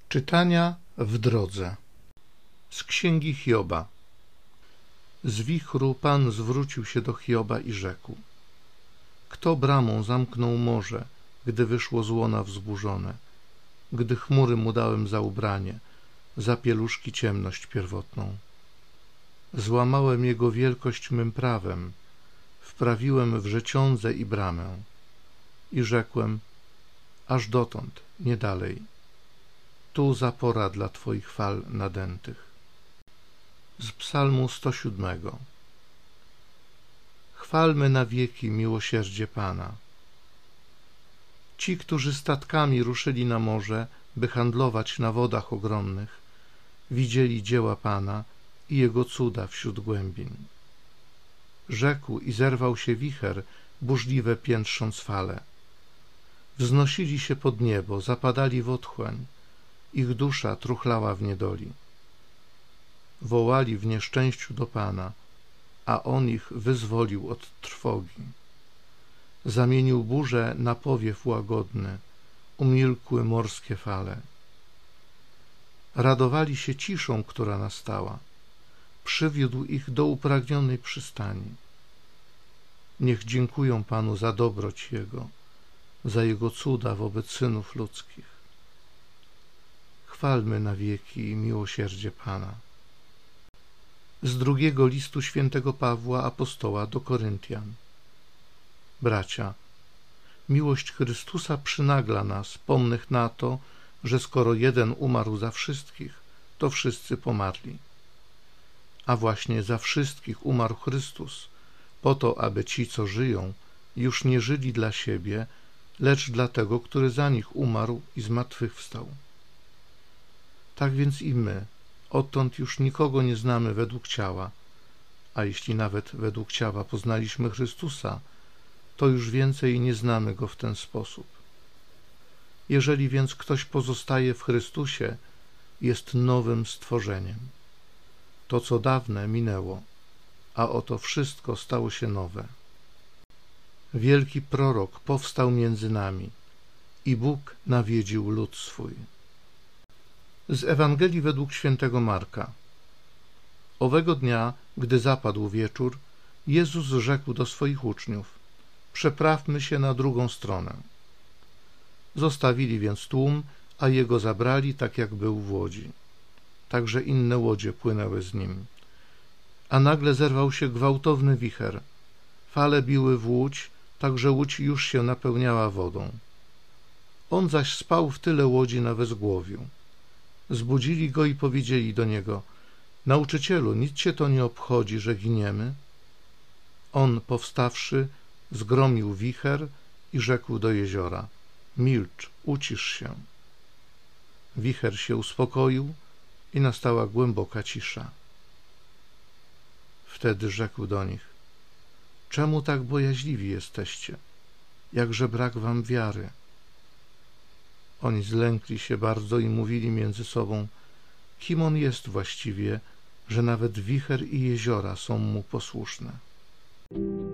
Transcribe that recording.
Czytania w drodze. Z księgi Hioba. Z wichru Pan zwrócił się do Hioba i rzekł: Kto bramą zamknął morze, gdy wyszło z łona wzburzone, gdy chmury mu dałem za ubranie, za pieluszki ciemność pierwotną? Złamałem jego wielkość mym prawem, wprawiłem wrzeciądzę i bramę i rzekłem: aż dotąd, nie dalej. Tu zapora dla Twoich fal nadętych. Z Psalmu 107. Chwalmy na wieki miłosierdzie Pana. Ci, którzy statkami ruszyli na morze, by handlować na wodach ogromnych, widzieli dzieła Pana i Jego cuda wśród głębin. Rzekł i zerwał się wicher, burzliwe piętrząc fale. Wznosili się pod niebo, zapadali w otchłań, ich dusza truchlała w niedoli. Wołali w nieszczęściu do Pana, a On ich wyzwolił od trwogi. Zamienił burzę na powiew łagodny, umilkły morskie fale. Radowali się ciszą, która nastała. Przywiódł ich do upragnionej przystani. Niech dziękują Panu za dobroć Jego, za Jego cuda wobec synów ludzkich. Chwalmy na wieki miłosierdzie Pana. Z drugiego listu świętego Pawła apostoła do Koryntian. Bracia, miłość Chrystusa przynagla nas, pomnych na to, że skoro jeden umarł za wszystkich, to wszyscy pomarli. A właśnie za wszystkich umarł Chrystus, po to, aby ci, co żyją, już nie żyli dla siebie, lecz dla tego, który za nich umarł i zmartwychwstał. Tak więc i my, odtąd już nikogo nie znamy według ciała, a jeśli nawet według ciała poznaliśmy Chrystusa, to już więcej nie znamy Go w ten sposób. Jeżeli więc ktoś pozostaje w Chrystusie, jest nowym stworzeniem. To, co dawne, minęło, a oto wszystko stało się nowe. Wielki prorok powstał między nami i Bóg nawiedził lud swój. Z Ewangelii według świętego Marka. Owego dnia, gdy zapadł wieczór, Jezus rzekł do swoich uczniów: przeprawmy się na drugą stronę. Zostawili więc tłum, a Jego zabrali, tak jak był w łodzi. Także inne łodzie płynęły z Nim. A nagle zerwał się gwałtowny wicher. Fale biły w łódź, tak że łódź już się napełniała wodą. On zaś spał w tyle łodzi na wezgłowiu. Zbudzili Go i powiedzieli do Niego: Nauczycielu, nic Cię to nie obchodzi, że giniemy? On, powstawszy, zgromił wicher i rzekł do jeziora: milcz, ucisz się. Wicher się uspokoił i nastała głęboka cisza. Wtedy rzekł do nich: czemu tak bojaźliwi jesteście? Jakże brak wam wiary? Oni zlękli się bardzo i mówili między sobą: kim on jest właściwie, że nawet wicher i jeziora są mu posłuszne?